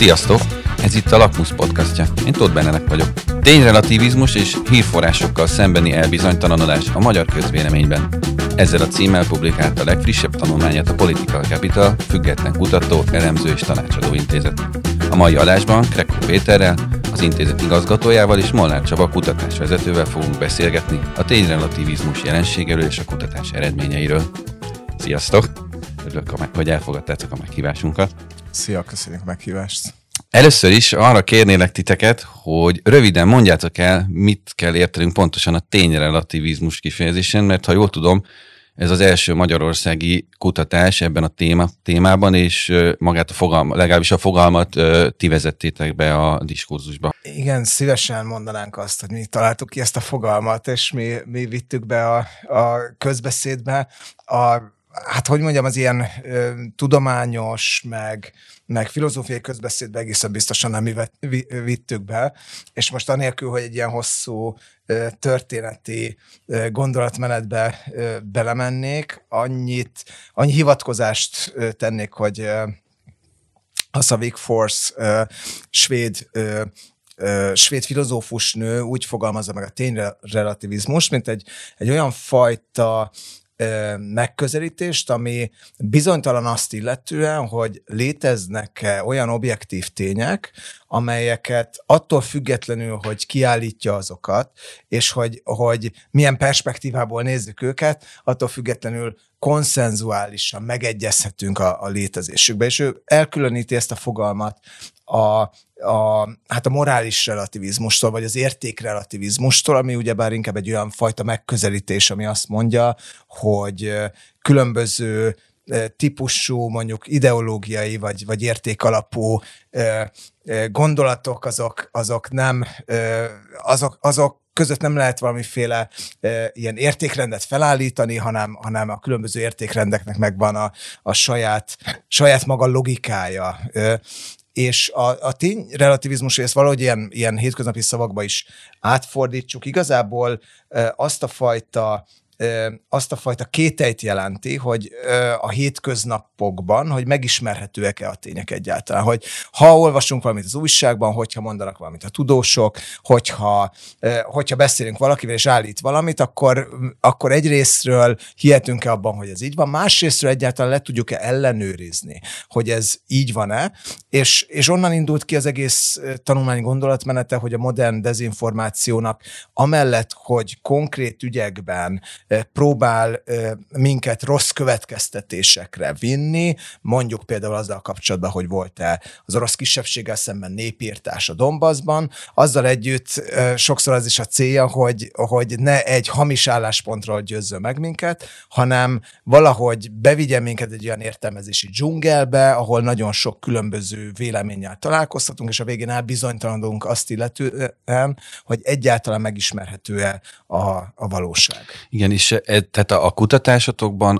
Sziasztok! Ez itt a Lakmus podcastja. Én Tóth Benedek vagyok. Tényrelativizmus és hírforrásokkal szembeni elbizonytalanodás a magyar közvéleményben. Ezzel a címmel publikálta a legfrissebb tanulmányát a Political Capital, független kutató, elemző és tanácsadó intézet. A mai adásban Krekó Péterrel, az intézet igazgatójával és Molnár Csaba kutatásvezetővel fogunk beszélgetni a tényrelativizmus jelenségéről és a kutatás eredményeiről. Sziasztok! Örülök, hogy elfogadtátok a meghívásunkat. Szia, köszönjük a meghívást! Először is arra kérnélek titeket, hogy röviden mondjátok el, mit kell értenünk pontosan a tényrelativizmus kifejezésen, mert ha jól tudom, ez az első magyarországi kutatás ebben a témában, és magát a fogalmat, legalábbis a fogalmat ti vezettétek be a diskurzusba. Igen, szívesen mondanánk azt, hogy mi találtuk ki ezt a fogalmat, és mi vittük be a közbeszédbe. Hát, hogy mondjam, az ilyen tudományos, meg filozófiai közbeszédbe egészen biztosan nem mi vittük be, és most anélkül, hogy egy ilyen hosszú történeti gondolatmenetbe belemennék, annyi hivatkozást tennék, hogy az a Wigforss svéd filozófusnő úgy fogalmazza meg a tényrelativizmust, mint egy olyan fajta megközelítést, ami bizonytalan azt illetően, hogy léteznek olyan objektív tények, amelyeket attól függetlenül, hogy kiállítja azokat, és hogy milyen perspektívából nézzük őket, attól függetlenül konszenzuálisan megegyezhetünk a létezésükbe. És ő elkülöníti ezt a fogalmat a morális relativizmustól, vagy az értékrelativizmustól, ami ugyebár inkább egy olyan fajta megközelítés, ami azt mondja, hogy különböző típusú, mondjuk ideológiai, vagy értékalapú gondolatok, azok között nem lehet valamiféle ilyen értékrendet felállítani, hanem a különböző értékrendeknek megvan a saját maga logikája. És a tényrelativizmus, hogy ezt valahogy ilyen hétköznapi szavakba is átfordítsuk, igazából azt a fajta kételyt jelenti, hogy a hétköznapokban, hogy megismerhetőek-e a tények egyáltalán, hogy ha olvasunk valamit az újságban, hogyha mondanak valamit a tudósok, hogyha beszélünk valakivel és állít valamit, akkor egyrésztről hihetünk-e abban, hogy ez így van, másrésztről egyáltalán le tudjuk-e ellenőrizni, hogy ez így van-e, és onnan indult ki az egész tanulmány gondolatmenete, hogy a modern dezinformációnak amellett, hogy konkrét ügyekben próbál minket rossz következtetésekre vinni, mondjuk például azzal kapcsolatban, hogy volt-e az orosz kisebbséggel szemben népírtás a Donbassban, azzal együtt sokszor az is a célja, hogy ne egy hamis álláspontról győzzön meg minket, hanem valahogy bevigyen minket egy olyan értelmezési dzsungelbe, ahol nagyon sok különböző véleménnyel találkozhatunk, és a végén elbizonytalanodunk azt illetően, hogy egyáltalán megismerhető-e a valóság. Igen, és tehát a kutatásotokban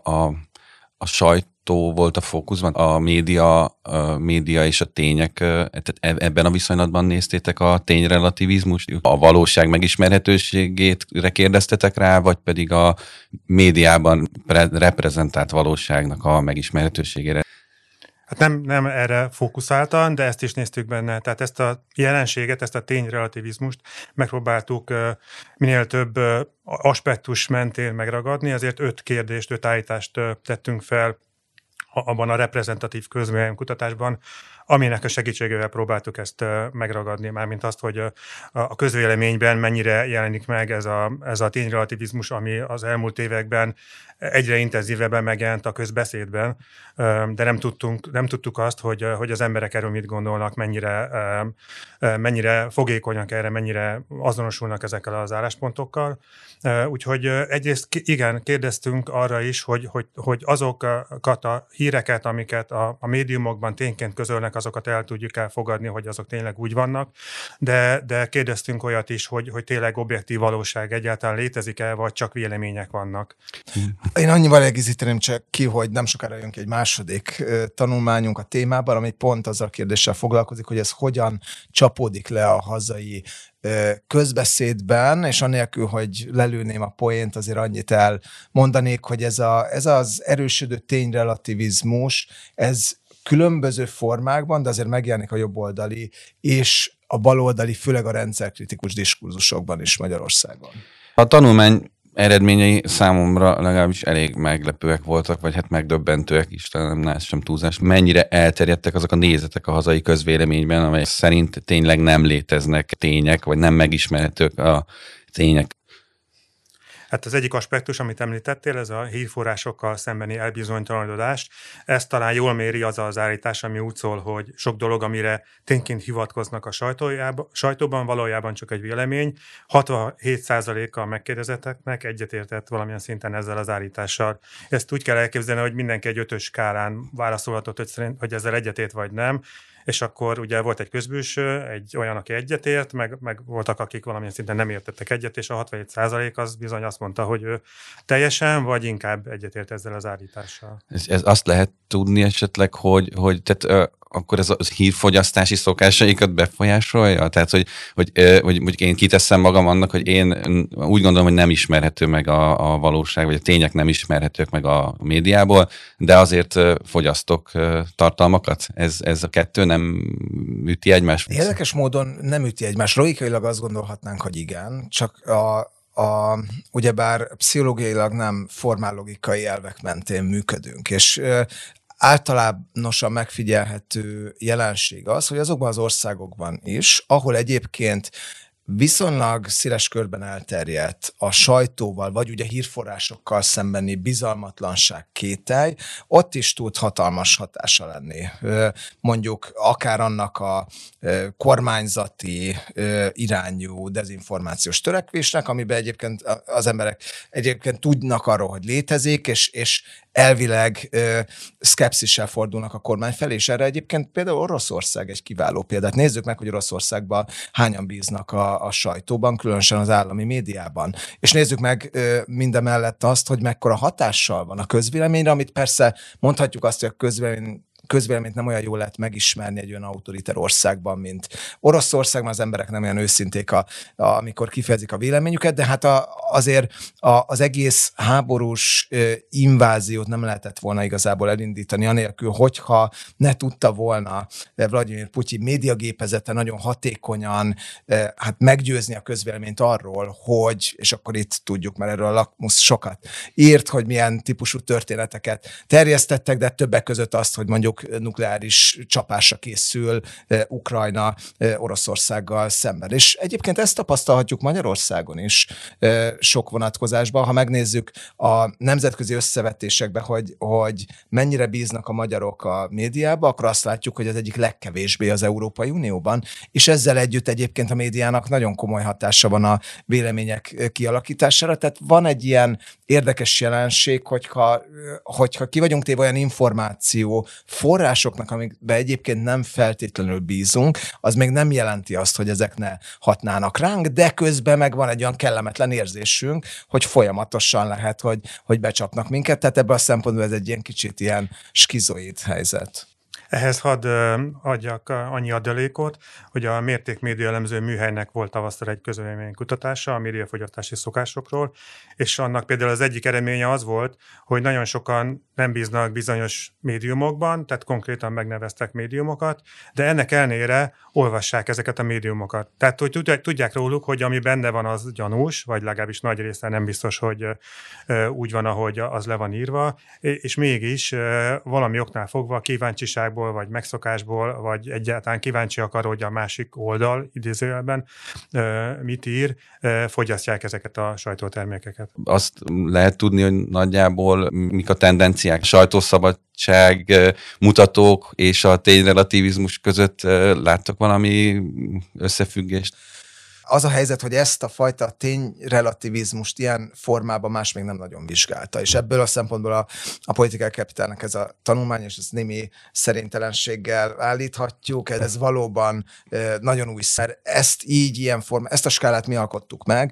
a sajtó volt a fókuszban, a média és a tények, tehát ebben a viszonylatban néztétek a tényrelativizmust? A valóság megismerhetőségére kérdeztetek rá, vagy pedig a médiában reprezentált valóságnak a megismerhetőségére? Hát nem erre fókuszáltan, de ezt is néztük benne. Tehát ezt a jelenséget, ezt a tényrelativizmust megpróbáltuk minél több aspektus mentén megragadni, ezért 5 állítást tettünk fel abban a reprezentatív közvéleménykutatásban, aminek a segítségével próbáltuk ezt megragadni, mármint azt, hogy a közvéleményben mennyire jelenik meg ez a tényrelativizmus, ami az elmúlt években egyre intenzívebben megjelent a közbeszédben, de nem tudtuk azt, hogy az emberek erről mit gondolnak, mennyire fogékonyak erre, mennyire azonosulnak ezekkel az álláspontokkal. Úgyhogy egyrészt igen, kérdeztünk arra is, hogy azokat a híreket, amiket a médiumokban tényként közölnek, azokat el tudjuk elfogadni, hogy azok tényleg úgy vannak, de kérdeztünk olyat is, hogy tényleg objektív valóság egyáltalán létezik-e, vagy csak vélemények vannak. Én annyival egészíteném csak ki, hogy nem sokára jön ki egy második tanulmányunk a témában, ami pont azzal a kérdéssel foglalkozik, hogy ez hogyan csapódik le a hazai közbeszédben, és anélkül, hogy lelőném a poént, azért annyit elmondanék, hogy ez az erősödő tényrelativizmus, ez különböző formákban, de azért megjelenik a jobboldali és a baloldali, főleg a rendszerkritikus diskurzusokban is Magyarországon. A tanulmány eredményei számomra legalábbis elég meglepőek voltak, vagy hát megdöbbentőek is, talán ez sem túlzás. Mennyire elterjedtek azok a nézetek a hazai közvéleményben, amelyek szerint tényleg nem léteznek tények, vagy nem megismerhetők a tények. Hát az egyik aspektus, amit említettél, ez a hírforrásokkal szembeni elbizonytalanodás. Ez talán jól méri az az állítás, ami úgy szól, hogy sok dolog, amire tényként hivatkoznak a sajtóban, valójában csak egy vélemény. 67%-a megkérdezetteknek egyetértett valamilyen szinten ezzel az állítással. Ezt úgy kell elképzelni, hogy mindenki egy 5-ös skálán válaszolhatott, hogy ezzel egyetért vagy nem. És akkor ugye volt egy közbülső, egy olyan, aki egyetért, meg voltak, akik valamilyen szinten nem értettek egyet, és a 67% az bizony azt mondta, hogy ő teljesen, vagy inkább egyetért ezzel az állítással. Ez azt lehet tudni esetleg, hogy tehát, akkor ez a hírfogyasztási szokásaikat befolyásolja? Tehát, hogy én kiteszem magam annak, hogy én úgy gondolom, hogy nem ismerhető meg a valóság, vagy a tények nem ismerhetők meg a médiából, de azért fogyasztok tartalmakat? Ez a kettő nem üti egymást? Érdekes módon nem üti egymást. Logikailag azt gondolhatnánk, hogy igen, csak ugyebár pszichológiailag nem formállogikai elvek mentén működünk, és általánosan megfigyelhető jelenség az, hogy azokban az országokban is, ahol egyébként viszonylag széles körben elterjedt a sajtóval, vagy ugye hírforrásokkal szembeni bizalmatlanság, kételj, ott is tud hatalmas hatása lenni. Mondjuk akár annak a kormányzati irányú dezinformációs törekvésnek, amiben egyébként az emberek egyébként tudnak arról, hogy létezik, és elvileg szkepszissel fordulnak a kormány felé, és erre egyébként például Oroszország egy kiváló példát. Nézzük meg, hogy Oroszországban hányan bíznak a sajtóban, különösen az állami médiában. És nézzük meg mindemellett azt, hogy mekkora hatással van a közvéleményre, amit persze mondhatjuk azt, hogy a közvéleményt nem olyan jól lehet megismerni egy olyan autoriter országban, mint Oroszországban, az emberek nem olyan őszinték, amikor kifejezik a véleményüket, de hát azért az egész háborús inváziót nem lehetett volna igazából elindítani, anélkül, hogyha ne tudta volna Vladimir Putyin médiagépezete nagyon hatékonyan hát meggyőzni a közvéleményt arról, hogy, és akkor itt tudjuk, mert erről a Lakmusz sokat írt, hogy milyen típusú történeteket terjesztettek, de többek között azt, hogy mondjuk nukleáris csapásra készül Ukrajna Oroszországgal szemben. És egyébként ezt tapasztalhatjuk Magyarországon is sok vonatkozásban. Ha megnézzük a nemzetközi összevetésekbe, hogy mennyire bíznak a magyarok a médiába, akkor azt látjuk, hogy az egyik legkevésbé az Európai Unióban, és ezzel együtt egyébként a médiának nagyon komoly hatása van a vélemények kialakítására. Tehát van egy ilyen érdekes jelenség, hogyha ki vagyunk téve olyan információ forrásoknak, amikbe egyébként nem feltétlenül bízunk, az még nem jelenti azt, hogy ezek ne hatnának ránk, de közben meg van egy olyan kellemetlen érzésünk, hogy folyamatosan lehet, hogy becsapnak minket, tehát ebből a szempontból ez egy ilyen kicsit ilyen skizoid helyzet. Ehhez hadd adjak annyi adalékot, hogy a Mérték média elemző műhelynek volt tavasszal egy közvéleménykutatása a médiafogyasztási szokásokról, és annak például az egyik eredménye az volt, hogy nagyon sokan nem bíznak bizonyos médiumokban, tehát konkrétan megneveztek médiumokat, de ennek ellenére olvassák ezeket a médiumokat. Tehát, hogy tudják róluk, hogy ami benne van, az gyanús, vagy legalábbis nagy része nem biztos, hogy úgy van, ahogy az le van írva, és mégis valami oknál fogva kíváncsiságból, vagy megszokásból, vagy egyáltalán kíváncsiak arra, hogy a másik oldal, idézőjelben, mit ír, fogyasztják ezeket a sajtótermékeket. Azt lehet tudni, hogy nagyjából mik a tendenciák, sajtószabadság mutatók és a tényrelativizmus között láttok valami összefüggést? Az a helyzet, hogy ezt a fajta tényrelativizmust ilyen formában más még nem nagyon vizsgálta, és ebből a szempontból a Political Capitalnek ez a tanulmány, és ezt némi szerintelenséggel állíthatjuk, ez valóban nagyon új szer. Ezt így, ilyen formában, ezt a skálát mi alkottuk meg,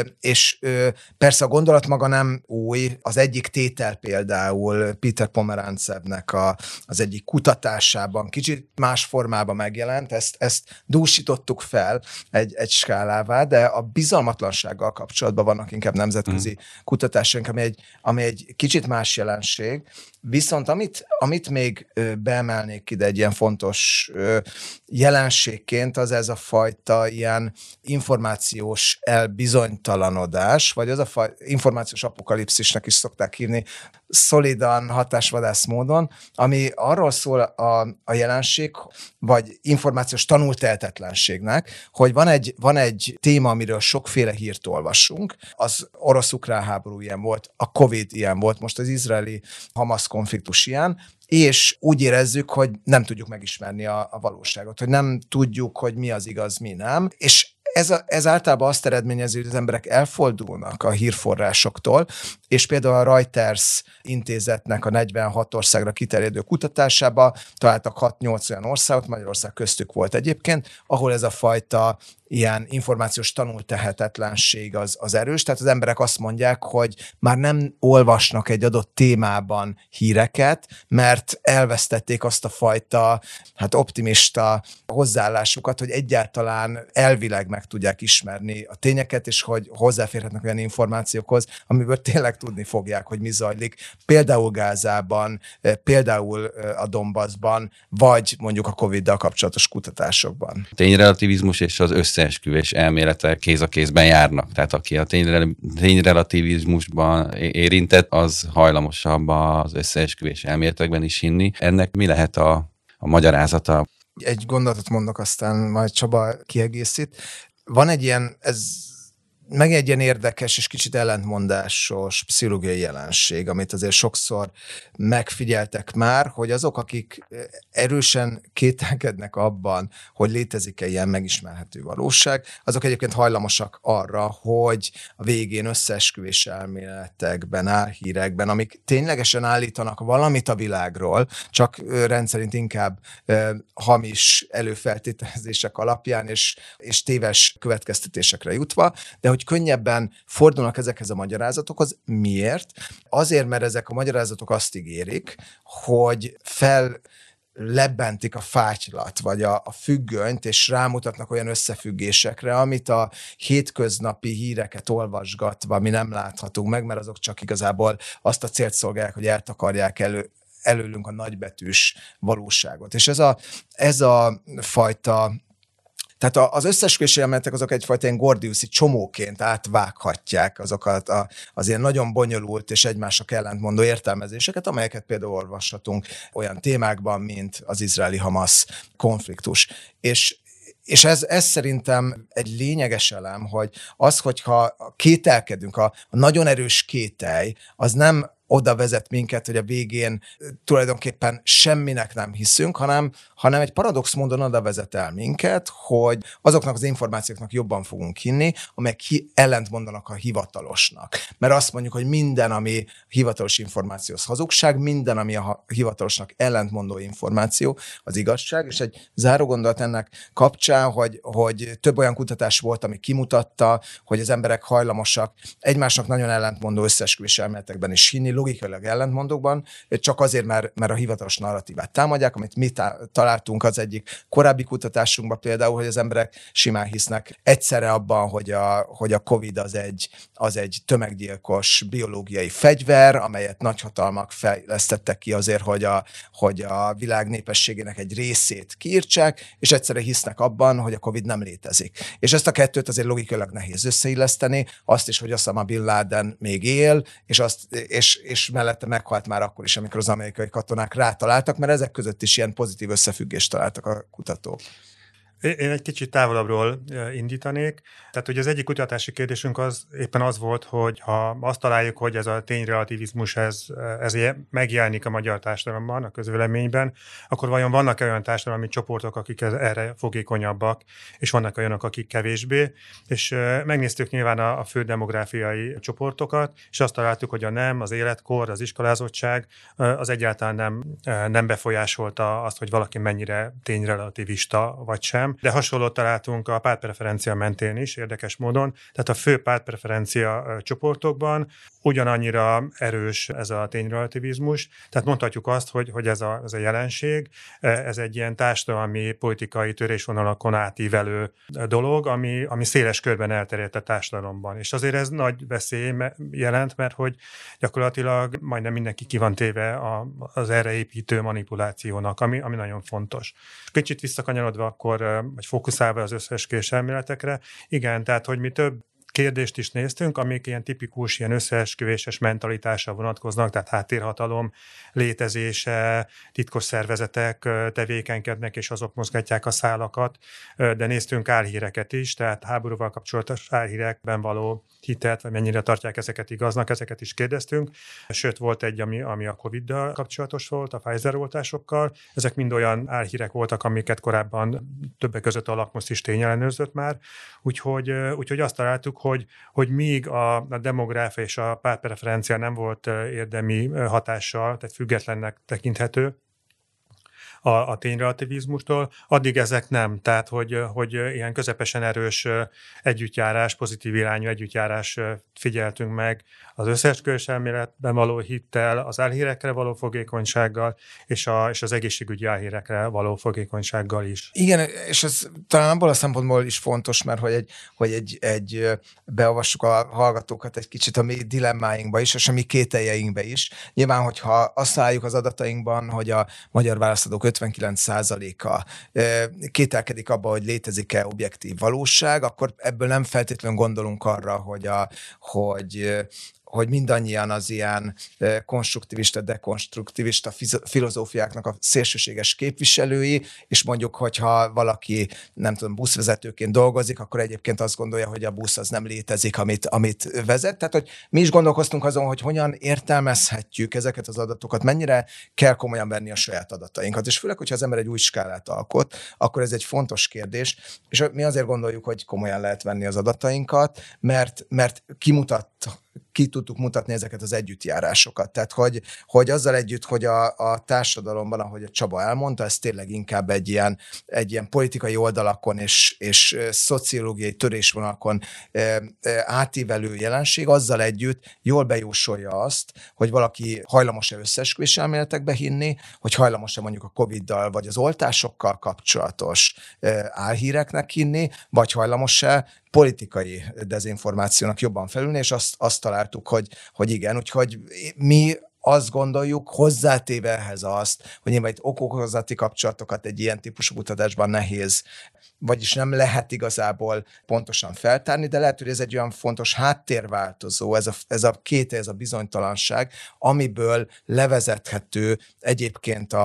és persze a gondolat maga nem új, az egyik tétel például Peter Pomerantsevnek az egyik kutatásában kicsit más formában megjelent, ezt dúsítottuk fel egy skálán, skálává, de a bizalmatlansággal kapcsolatban vannak inkább nemzetközi kutatásaink, ami egy kicsit más jelenség. Viszont amit még beemelnék ide egy ilyen fontos jelenségként, az ez a fajta ilyen információs elbizonytalanodás, vagy az a fajta információs apokalipszisnek is szokták hívni, szolidan, hatásvadász módon, ami arról szól a jelenség, vagy információs tanultehetetlenségnek, hogy van egy téma, amiről sokféle hírt olvasunk, az orosz-ukrán háború ilyen volt, a Covid ilyen volt, most az izraeli-Hamasz konfliktus ilyen, és úgy érezzük, hogy nem tudjuk megismerni a valóságot, hogy nem tudjuk, hogy mi az igaz, mi nem, és ez általában azt eredményezi, hogy az emberek elfordulnak a hírforrásoktól, és például a Reuters intézetnek a 46 országra kiterjedő kutatásába találtak 6-8 olyan országot, Magyarország köztük volt egyébként, ahol ez a fajta ilyen információs tanultehetetlenség az erős, tehát az emberek azt mondják, hogy már nem olvasnak egy adott témában híreket, mert elvesztették azt a fajta optimista hozzáállásukat, hogy egyáltalán elvileg meg tudják ismerni a tényeket, és hogy hozzáférhetnek olyan információkhoz, amiből tényleg tudni fogják, hogy mi zajlik. Például Gázában, például a Donbassban, vagy mondjuk a Covid-dal kapcsolatos kutatásokban. A tényrelativizmus és az összeesküvés elmélete kéz a kézben járnak. Tehát aki a tényrelativizmusban érintett, az hajlamosabb az összeesküvés elméletekben is hinni. Ennek mi lehet a magyarázata? Egy gondolatot mondok, aztán majd Csaba kiegészít. Van egy ilyen, egy ilyen érdekes és kicsit ellentmondásos pszichológiai jelenség, amit azért sokszor megfigyeltek már, hogy azok, akik erősen kételkednek abban, hogy létezik-e ilyen megismerhető valóság, azok egyébként hajlamosak arra, hogy a végén összeesküvés elméletekben, álhírekben, amik ténylegesen állítanak valamit a világról, csak rendszerint inkább hamis előfeltételezések alapján és téves következtetésekre jutva, de hogy könnyebben fordulnak ezekhez a magyarázatokhoz. Miért? Azért, mert ezek a magyarázatok azt ígérik, hogy lebbentik a fátylat, vagy a függönyt, és rámutatnak olyan összefüggésekre, amit a hétköznapi híreket olvasgatva mi nem láthatunk meg, mert azok csak igazából azt a célt szolgálják, hogy eltakarják előlünk a nagybetűs valóságot. És ez a fajta, tehát az összeesküvési elméletek azok egyfajta ilyen gordiuszi csomóként átvághatják azokat az ilyen nagyon bonyolult és egymásnak ellentmondó értelmezéseket, amelyeket például olvashatunk olyan témákban, mint az izraeli-Hamasz konfliktus. És ez szerintem egy lényeges elem, hogy az, hogyha kételkedünk, a nagyon erős kételj, az nem oda vezet minket, hogy a végén tulajdonképpen semminek nem hiszünk, hanem egy paradox módon oda vezet el minket, hogy azoknak az információknak jobban fogunk hinni, amelyek ellentmondanak a hivatalosnak. Mert azt mondjuk, hogy minden, ami hivatalos információhoz hazugság, minden, ami a hivatalosnak ellentmondó információ, az igazság, és egy záró gondolat ennek kapcsán, hogy több olyan kutatás volt, ami kimutatta, hogy az emberek hajlamosak egymásnak nagyon ellentmondó összeesküvés elméletekben is hinni, logikailag ellentmondókban, csak azért, mert a hivatalos narratívát támadják, amit mi találtunk az egyik korábbi kutatásunkban például, hogy az emberek simán hisznek egyszerre abban, hogy a Covid az egy tömeggyilkos biológiai fegyver, amelyet nagyhatalmak fejlesztettek ki azért, hogy a világ népességének egy részét kiírtsák, és egyszerre hisznek abban, hogy a Covid nem létezik. És ezt a kettőt azért logikailag nehéz összeilleszteni, azt is, hogy Osama Bin Laden még él, és mellette meghalt már akkor is, amikor az amerikai katonák rátaláltak, mert ezek között is ilyen pozitív összefüggést találtak a kutatók. Én egy kicsit távolabbról indítanék. Tehát, hogy az egyik kutatási kérdésünk éppen az volt, hogy ha azt találjuk, hogy ez a tényrelativizmus, ez megjelenik a magyar társadalomban, a közvéleményben, akkor vajon vannak olyan társadalmi csoportok, akik erre fogékonyabbak, és vannak olyanok, akik kevésbé. És megnéztük nyilván a fő demográfiai csoportokat, és azt találtuk, hogy az életkor, az iskolázottság az egyáltalán nem befolyásolta azt, hogy valaki mennyire tényrelativista vagy sem. nem, de hasonlót találtunk a pártpreferencia mentén is, érdekes módon. Tehát a fő pártpreferencia csoportokban ugyanannyira erős ez a tényrelativizmus. Tehát mondhatjuk azt, hogy ez a jelenség, ez egy ilyen társadalmi, politikai törésvonalakon átívelő dolog, ami széles körben elterjedt a társadalomban. És azért ez nagy veszély jelent, mert hogy gyakorlatilag majdnem mindenki ki van téve az erre építő manipulációnak, ami nagyon fontos. Kicsit visszakanyarodva akkor, vagy fókuszálva az összeesküvés elméletekre, igen, tehát hogy mi több kérdést is néztünk, amik ilyen tipikus, ilyen összeesküvéses mentalitásra vonatkoznak, tehát háttérhatalom létezése, titkos szervezetek tevékenykednek, és azok mozgatják a szálakat, de néztünk álhíreket is, tehát háborúval kapcsolatos álhírekben való hitet, vagy mennyire tartják ezeket igaznak, ezeket is kérdeztünk. Sőt, volt egy, ami a Covid-dal kapcsolatos volt, a Pfizer oltásokkal. Ezek mind olyan álhírek voltak, amiket korábban többek között a Lakmus is tényellenőrzött már. Úgyhogy azt találtuk, hogy míg a demográfia és a pártpreferencia nem volt érdemi hatással, tehát függetlennek tekinthető a tényrelativizmustól, addig ezek nem. Tehát, hogy ilyen közepesen erős együttjárás, pozitív irányú együttjárás figyeltünk meg az összeesküvés elméletben való hittel, az álhírekre való fogékonysággal, és az egészségügyi álhírekre való fogékonysággal is. Igen, és ez talán abból a szempontból is fontos, mert hogy beavassuk a hallgatókat egy kicsit a mi dilemmáinkba is, és a mi kételjeinkbe is. Nyilván, hogyha azt álljuk az adatainkban, hogy a magyar választók 59%-a kételkedik abba, hogy létezik-e objektív valóság, akkor ebből nem feltétlenül gondolunk arra, hogy mindannyian az ilyen konstruktivista, dekonstruktivista filozófiáknak a szélsőséges képviselői, és mondjuk, hogyha valaki, nem tudom, buszvezetőként dolgozik, akkor egyébként azt gondolja, hogy a busz az nem létezik, amit vezet. Tehát, hogy mi is gondolkoztunk azon, hogy hogyan értelmezhetjük ezeket az adatokat, mennyire kell komolyan venni a saját adatainkat. És főleg, hogyha az ember egy új skálát alkot, akkor ez egy fontos kérdés, és mi azért gondoljuk, hogy komolyan lehet venni az adatainkat, mert ki tudtuk mutatni ezeket az együttjárásokat. Tehát, hogy azzal együtt, hogy a társadalomban, ahogy a Csaba elmondta, ez tényleg inkább egy ilyen politikai oldalakon és szociológiai törésvonalakon átívelő jelenség, azzal együtt jól bejósolja azt, hogy valaki hajlamos-e összeesküvés elméletekbe hinni, hogy hajlamos-e mondjuk a Covid-dal vagy az oltásokkal kapcsolatos álhíreknek hinni, vagy hajlamos-e politikai dezinformációnak jobban felülni, és azt találtuk, hogy igen, úgyhogy mi azt gondoljuk, hozzátéve ehhez azt, hogy nyilván itt okokozati kapcsolatokat egy ilyen típusú kutatásban nehéz, vagyis nem lehet igazából pontosan feltárni, de lehet, hogy ez egy olyan fontos háttérváltozó, ez a bizonytalanság, amiből levezethető egyébként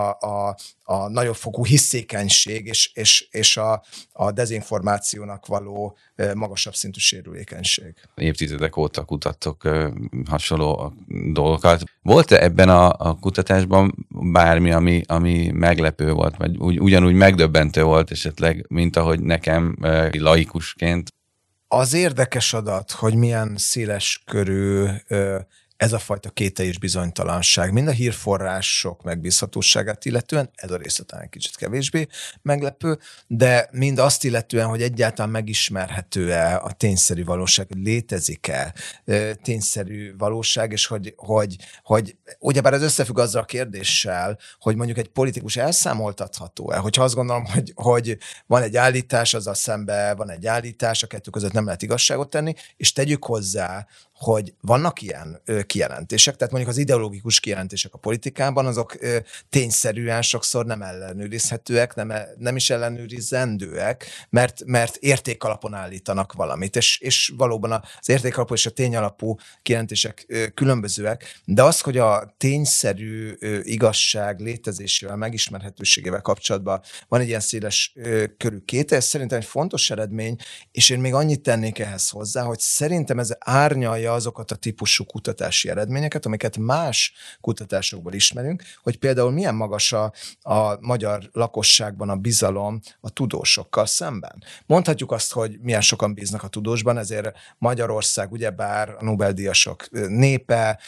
a nagyobb fokú hiszékenység és a dezinformációnak való magasabb szintű sérülékenység. Évtizedek óta kutattok hasonló dolgokat. Volt-e ebben a kutatásban bármi, ami meglepő volt, vagy ugyanúgy megdöbbentő volt esetleg, mint ahogy nekem laikusként? Az érdekes adat, hogy milyen széles körű ez a fajta kételj és bizonytalanság, mind a hírforrások megbízhatóságát illetően, ez a része talán egy kicsit kevésbé meglepő, de mind azt illetően, hogy egyáltalán megismerhető-e a tényszerű valóság, hogy létezik-e tényszerű valóság, és hogy ugyebár ez összefügg azzal a kérdéssel, hogy mondjuk egy politikus elszámoltatható-e, hogyha azt gondolom, hogy van egy állítás, azzal szemben van egy állítás, a kettő között nem lehet igazságot tenni, és tegyük hozzá, hogy vannak ilyen kijelentések, tehát mondjuk az ideológikus kijelentések a politikában, azok tényszerűen sokszor nem ellenőrizhetőek, nem is ellenőrizendőek, mert értékalapon állítanak valamit, és valóban az értékalapú és a tényalapú kijelentések különbözőek, de az, hogy a tényszerű igazság létezésével, megismerhetőségével kapcsolatban van egy ilyen széles körű kételj, ez szerintem egy fontos eredmény, és én még annyit tennék ehhez hozzá, hogy szerintem ez árnyalja igazolja azokat a típusú kutatási eredményeket, amiket más kutatásokból ismerünk, hogy például milyen magas a magyar lakosságban a bizalom a tudósokkal szemben. Mondhatjuk azt, hogy milyen sokan bíznak a tudósban, ezért Magyarország ugyebár a Nobel-díjasok népe,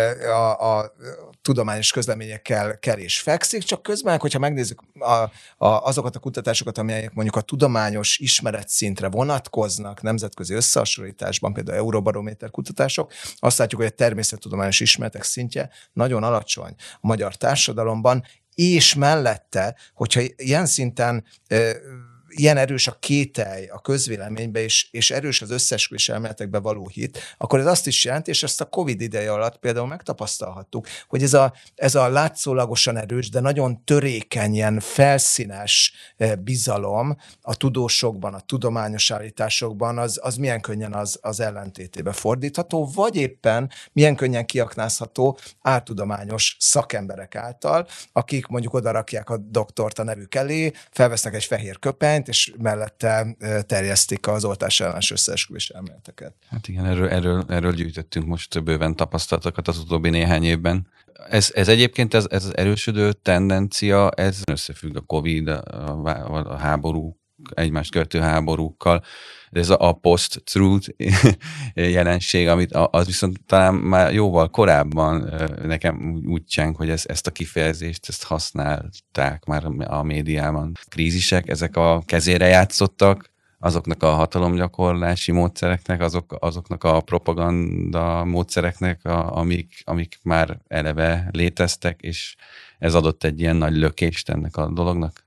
a tudományos közleményekkel kell és fekszik, csak közben, hogyha megnézzük azokat a kutatásokat, amelyek mondjuk a tudományos ismeretszintre vonatkoznak nemzetközi összehasonlításban, például Euróbarométer kutatások, azt látjuk, hogy a természettudományos ismeretek szintje nagyon alacsony a magyar társadalomban, és mellette, hogyha ilyen szinten ilyen erős a kételj a közvéleménybe, és erős az összeesküvés elméletekbe való hit, akkor ez azt is jelenti, és ezt a Covid ideje alatt például megtapasztalhattuk, hogy ez a látszólagosan erős, de nagyon törékeny, ilyen felszínes bizalom a tudósokban, a tudományos állításokban, az milyen könnyen az ellentétébe fordítható, vagy éppen milyen könnyen kiaknázható áltudományos szakemberek által, akik mondjuk odarakják a doktort a nevük elé, felvesznek egy fehér köpenyt, és mellette terjesztik az oltás ellenes összeesküvés elméleteket. Hát igen, erről gyűjtöttünk most bőven tapasztalatokat az utóbbi néhány évben. Ez egyébként ez az erősödő tendencia, ez összefügg a Covid, a háború, egymást követő háborúkkal. Ez a post-truth jelenség, az viszont talán már jóval korábban nekem úgy cseng, hogy ezt a kifejezést ezt használták már a médiában. Krízisek, ezek a kezére játszottak, azoknak a hatalomgyakorlási módszereknek, azoknak a propaganda módszereknek, amik már eleve léteztek, és ez adott egy ilyen nagy lökést ennek a dolognak.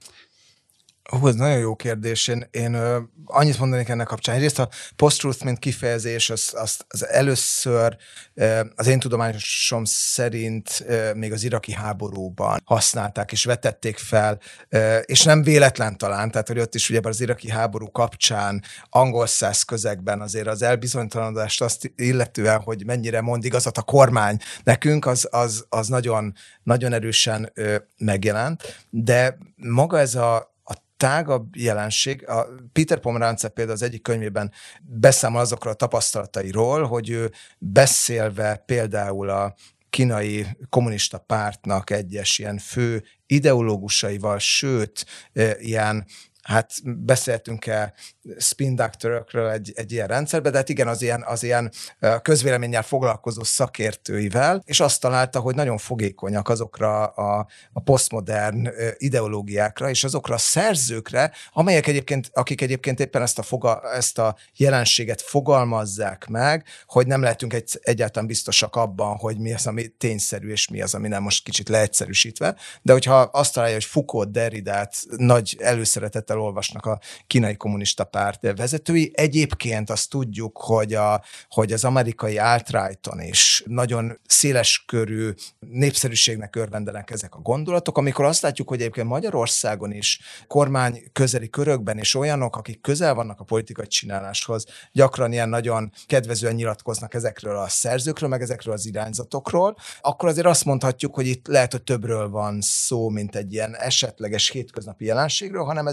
Ez nagyon jó kérdés. Én annyit mondanék ennek kapcsán. Egyrészt a post-truth, mint kifejezés, az először az én tudományosom szerint még az iraki háborúban használták és vetették fel, és nem véletlen talán, tehát hogy ott is ugye az iraki háború kapcsán angolszász közegben azért az elbizonytalanodást azt illetően, hogy mennyire mond igazat a kormány nekünk, az nagyon, nagyon erősen megjelent, de maga ez a tágabb jelenség. A Peter Pomerantze például az egyik könyvében beszámol azokról a tapasztalatairól, hogy ő beszélve például a kínai kommunista pártnak egyes ilyen fő ideológusaival, sőt, ilyen beszéltünk-e spin doctorokról egy ilyen rendszerben, de hát igen, az ilyen közvéleménnyel foglalkozó szakértőivel, és azt találta, hogy nagyon fogékonyak azokra a posztmodern ideológiákra, és azokra a szerzőkre, akik egyébként éppen ezt a jelenséget fogalmazzák meg, hogy nem lehetünk egyáltalán biztosak abban, hogy mi az, ami tényszerű, és mi az, ami nem, most kicsit leegyszerűsítve, de hogyha azt találja, hogy Foucault, Derridát nagy előszeretettel olvasnak a kínai kommunista párt vezetői. Egyébként azt tudjuk, hogy az amerikai alt-righton is nagyon széleskörű népszerűségnek örvendenek ezek a gondolatok, amikor azt látjuk, hogy egyébként Magyarországon is kormány közeli körökben és olyanok, akik közel vannak a politikai csináláshoz, gyakran ilyen nagyon kedvezően nyilatkoznak ezekről a szerzőkről, meg ezekről az irányzatokról, akkor azért azt mondhatjuk, hogy itt lehet, hogy többről van szó, mint egy ilyen esetleges hétköznapi jelenségről, hanem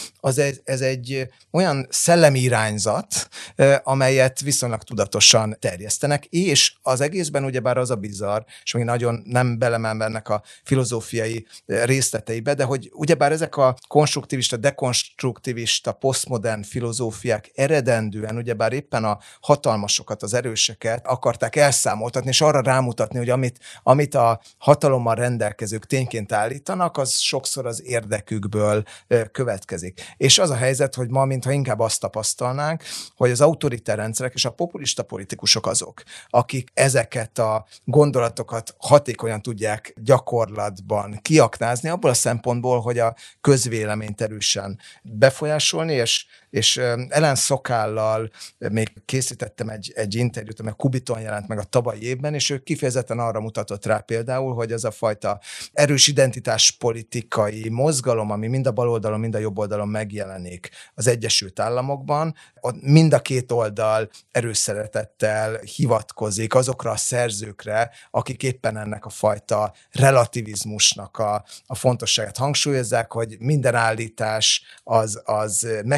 ez egy olyan szellemi irányzat, amelyet viszonylag tudatosan terjesztenek, és az egészben ugyebár az a bizarr, és még nagyon nem belemenve ennek a filozófiai részleteibe, de hogy ugyebár ezek a konstruktivista, dekonstruktivista, posztmodern filozófiák eredendően ugyebár éppen a hatalmasokat, az erőseket akarták elszámoltatni, és arra rámutatni, hogy amit a hatalommal rendelkezők tényként állítanak, az sokszor az érdekükből következik. És az a helyzet, hogy ma, mintha inkább azt tapasztalnánk, hogy az autoritár rendszerek és a populista politikusok azok, akik ezeket a gondolatokat hatékonyan tudják gyakorlatban kiaknázni, abból a szempontból, hogy a közvéleményt erősen befolyásolni, és Ellen Szokállal még készítettem egy interjút, amely a Kubiton jelent meg a tavalyi évben, és ő kifejezetten arra mutatott rá például, hogy ez a fajta erős identitáspolitikai mozgalom, ami mind a bal oldalon, mind a jobb oldalon megjelenik az Egyesült Államokban, ott mind a két oldal erőszeretettel hivatkozik azokra a szerzőkre, akik éppen ennek a fajta relativizmusnak a fontosságát hangsúlyozzák, hogy minden állítás az megkérdőjelezhető,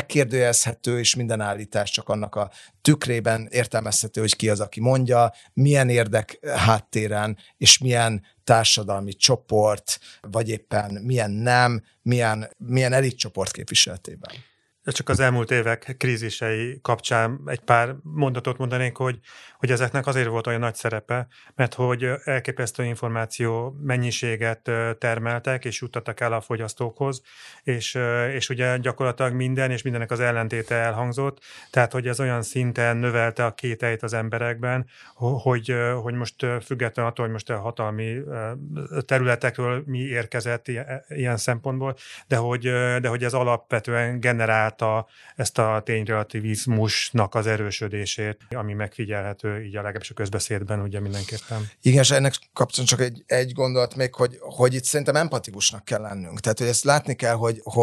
megkérdőjelezhető, és minden állítás csak annak a tükrében értelmezhető, hogy ki az, aki mondja, milyen érdek háttéren, és milyen társadalmi csoport, vagy éppen milyen nem, milyen elitcsoport képviseletében. Csak az elmúlt évek krízisei kapcsán egy pár mondatot mondanék, hogy ezeknek azért volt olyan nagy szerepe, mert hogy elképesztő információ mennyiséget termeltek, és juttattak el a fogyasztókhoz, és ugye gyakorlatilag minden, és mindennek az ellentéte elhangzott, tehát hogy ez olyan szinten növelte a kételyt az emberekben, hogy most függetlenül attól, hogy most a hatalmi területekről mi érkezett ilyen szempontból, de hogy ez alapvetően generálta ezt a tényrelativizmusnak az erősödését, ami megfigyelhető így a legalábbis a közbeszédben ugye mindenképpen. Igen, és ennek kapcsán csak egy gondolat még, hogy itt szerintem empatikusnak kell lennünk. Tehát, hogy ezt látni kell,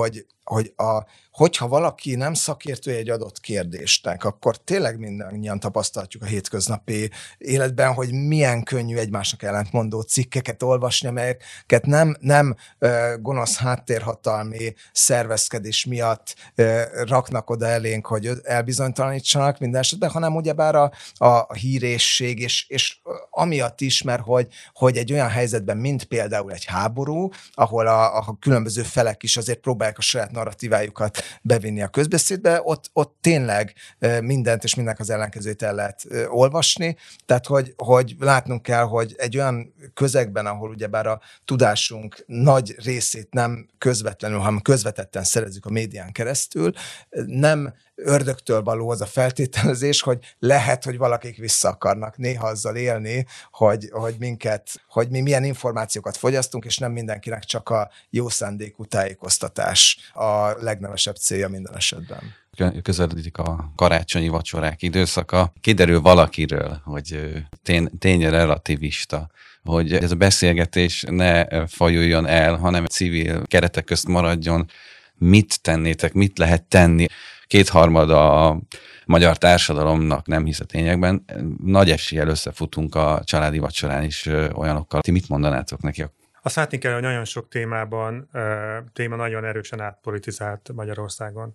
hogyha valaki nem szakértő egy adott kérdésnek, akkor tényleg mindannyian tapasztaljuk a hétköznapi életben, hogy milyen könnyű egymásnak ellentmondó cikkeket olvasni, amelyeket nem gonosz háttérhatalmi szervezkedés miatt raknak oda elénk, hogy elbizonytalanítsanak minden esetben, hanem ugyebár a hírészség, és amiatt is, mert hogy egy olyan helyzetben, mint például egy háború, ahol a különböző felek is azért próbálják a saját narratívájukat bevinni a közbeszédbe, ott tényleg mindent és mindennek az ellenkezőt el lehet olvasni, tehát hogy látnunk kell, hogy egy olyan közegben, ahol ugyebár a tudásunk nagy részét nem közvetlenül, hanem közvetetten szerezzük a médián keresztül, nem ördögtől való az a feltételezés, hogy lehet, hogy valakik vissza akarnak néha azzal élni, hogy mi milyen információkat fogyasztunk, és nem mindenkinek csak a jó szándékú tájékoztatás a legnevesebb célja minden esetben. Közeledik a karácsonyi vacsorák időszaka. Kiderül valakiről, hogy tényrelativista, hogy ez a beszélgetés ne fajuljon el, hanem civil keretek közt maradjon. Mit tennétek, mit lehet tenni? 2/3 a magyar társadalomnak nem hisz a tényekben. Nagy eséllyel összefutunk a családi vacsorán is olyanokkal. Ti mit mondanátok neki? Azt látni kell, hogy nagyon sok téma nagyon erősen átpolitizált Magyarországon.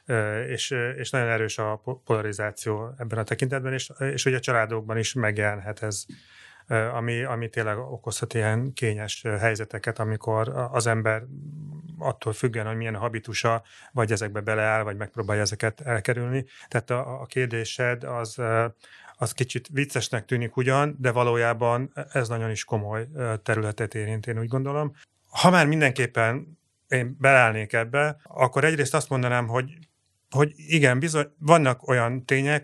És nagyon erős a polarizáció ebben a tekintetben, és ugye a családokban is megjelenhet ez, ami tényleg okozhat ilyen kényes helyzeteket, amikor az ember attól függően, hogy milyen habitusa, vagy ezekbe beleáll, vagy megpróbálja ezeket elkerülni. Tehát a kérdésed az kicsit viccesnek tűnik ugyan, de valójában ez nagyon is komoly területet érint, én úgy gondolom. Ha már mindenképpen én beleállnék ebbe, akkor egyrészt azt mondanám, hogy igen, bizony, vannak olyan tények,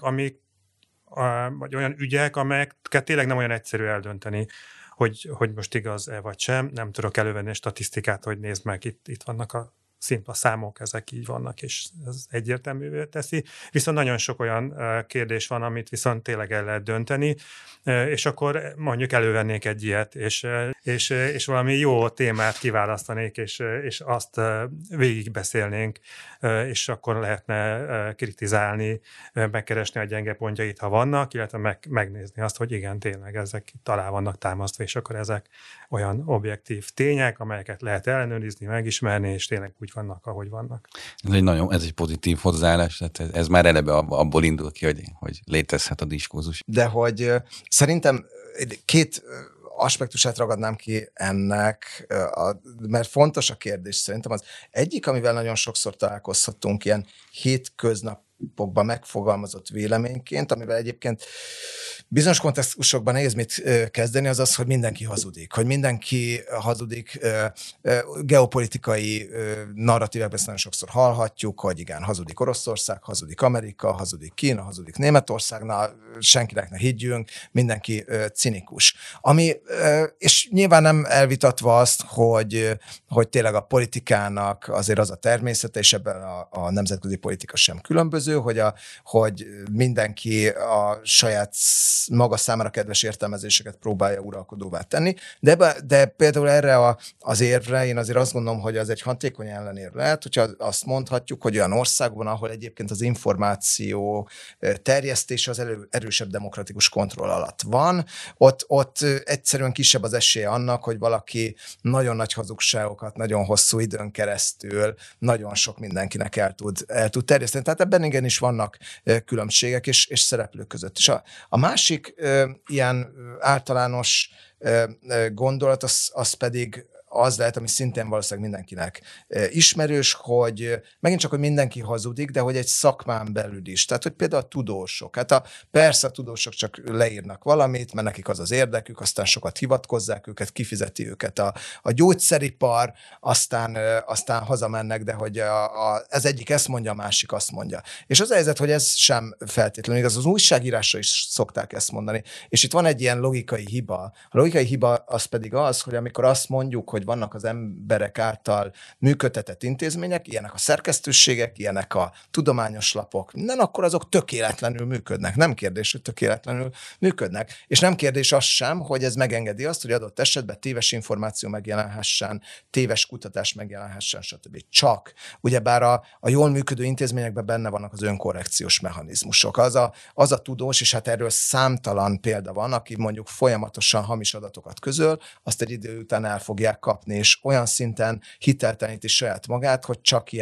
vagy olyan ügyek, amelyeket tényleg nem olyan egyszerű eldönteni, hogy most igaz-e vagy sem. Nem tudok elővenni a statisztikát, hogy nézd meg, itt vannak a szimpla számok, ezek így vannak, és ez egyértelművé teszi. Viszont nagyon sok olyan kérdés van, amit viszont tényleg el lehet dönteni, és akkor mondjuk elővennék egy ilyet, és valami jó témát kiválasztanék, és azt végigbeszélnénk, és akkor lehetne kritizálni, megkeresni a gyenge pontjait, ha vannak, illetve megnézni azt, hogy igen, tényleg ezek itt alá vannak támasztva, és akkor ezek olyan objektív tények, amelyeket lehet ellenőrizni, megismerni, és tényleg úgy vannak, ahogy vannak. Ez egy pozitív hozzáállás, tehát ez már eleve abból indul ki, hogy létezhet a diskurzus. De hogy szerintem két aspektusát ragadnám ki ennek, mert fontos a kérdés szerintem. Az egyik, amivel nagyon sokszor találkozhatunk ilyen hétköznapokban megfogalmazott véleményként, amivel egyébként bizonyos kontextusokban nehéz mit kezdeni, az, hogy mindenki hazudik. Hogy mindenki hazudik, geopolitikai narratívekben nagyon sokszor hallhatjuk, hogy igen, hazudik Oroszország, hazudik Amerika, hazudik Kína, hazudik Németország, senkinek ne higgyünk, mindenki cinikus. És nyilván nem elvitatva azt, hogy tényleg a politikának azért az a természete, és ebben a nemzetközi politika sem különböző, különböző, hogy mindenki a saját maga számára kedves értelmezéseket próbálja uralkodóvá tenni, de például erre az érvre én azért azt gondolom, hogy az egy hatékony ellenérv lehet, hogyha azt mondhatjuk, hogy olyan országban, ahol egyébként az információ terjesztése az erősebb demokratikus kontroll alatt van, ott egyszerűen kisebb az esélye annak, hogy valaki nagyon nagy hazugságokat, nagyon hosszú időn keresztül nagyon sok mindenkinek el tud terjeszteni. Tehát ebben igenis vannak különbségek és szereplők között. És a másik ilyen általános gondolat, az pedig az lehet, ami szintén valószínűleg mindenkinek ismerős, hogy megint csak, hogy mindenki hazudik, de hogy egy szakmán belül is. Tehát, hogy például a tudósok. Hát persze a tudósok csak leírnak valamit, mert nekik az érdekük, aztán sokat hivatkozzák őket, kifizeti őket a gyógyszeripar, aztán hazamennek, de hogy ez egyik ezt mondja, a másik azt mondja. És az a helyzet, hogy ez sem feltétlenül igaz. Az újságírásra is szokták ezt mondani. És itt van egy ilyen logikai hiba. A logikai hiba az pedig az, hogy amikor azt mondjuk, hogy vannak az emberek által működtetett intézmények, ilyenek a szerkesztőségek, ilyenek a tudományos lapok, minden, akkor azok tökéletlenül működnek. Nem kérdés, hogy tökéletlenül működnek. És nem kérdés az sem, hogy ez megengedi azt, hogy adott esetben téves információ megjelenhessen, téves kutatás megjelenhessen, stb. Csak, ugyebár a jól működő intézményekben benne vannak az önkorrekciós mechanizmusok. Az a tudós, és hát erről számtalan példa van, aki mondjuk folyamatosan hamis adatokat közöl, azt egy idő után el fogják kapni, és olyan szinten hitelteleníti saját magát, hogy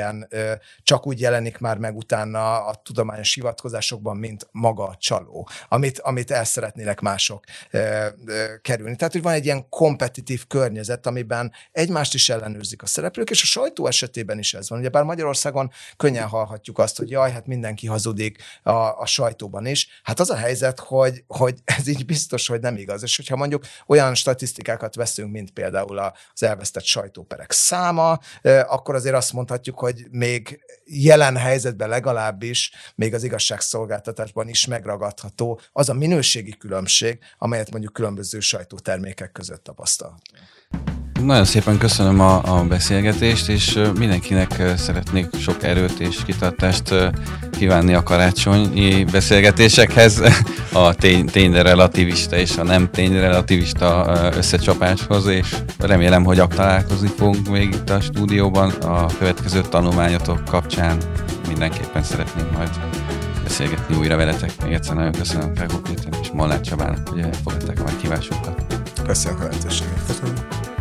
csak úgy jelenik már meg utána a tudományos hivatkozásokban, mint maga a csaló, amit el szeretnének mások kerülni. Tehát, hogy van egy ilyen kompetitív környezet, amiben egymást is ellenőrzik a szereplők, és a sajtó esetében is ez van. Ugye bár Magyarországon könnyen hallhatjuk azt, hogy jaj, hát mindenki hazudik a sajtóban is. Hát az a helyzet, hogy ez így biztos, hogy nem igaz. És hogyha mondjuk olyan statisztikákat veszünk, mint például az elvesztett sajtóperek száma, akkor azért azt mondhatjuk, hogy még jelen helyzetben legalábbis, még az igazságszolgáltatásban is megragadható az a minőségi különbség, amelyet mondjuk különböző sajtótermékek között tapasztalhatunk. Nagyon szépen köszönöm a beszélgetést, és mindenkinek szeretnék sok erőt és kitartást kívánni a karácsonyi beszélgetésekhez, a tényrelativista és a nem tényrelativista összecsapáshoz, és remélem, hogy találkozni fogunk még itt a stúdióban a következő tanulmányotok kapcsán. Mindenképpen szeretnénk majd beszélgetni újra veletek. Még egyszer nagyon köszönöm Felkó Péter és Molnár Csabának, hogy elfogadták a meghívásunkat. Köszönöm a lehetőséget.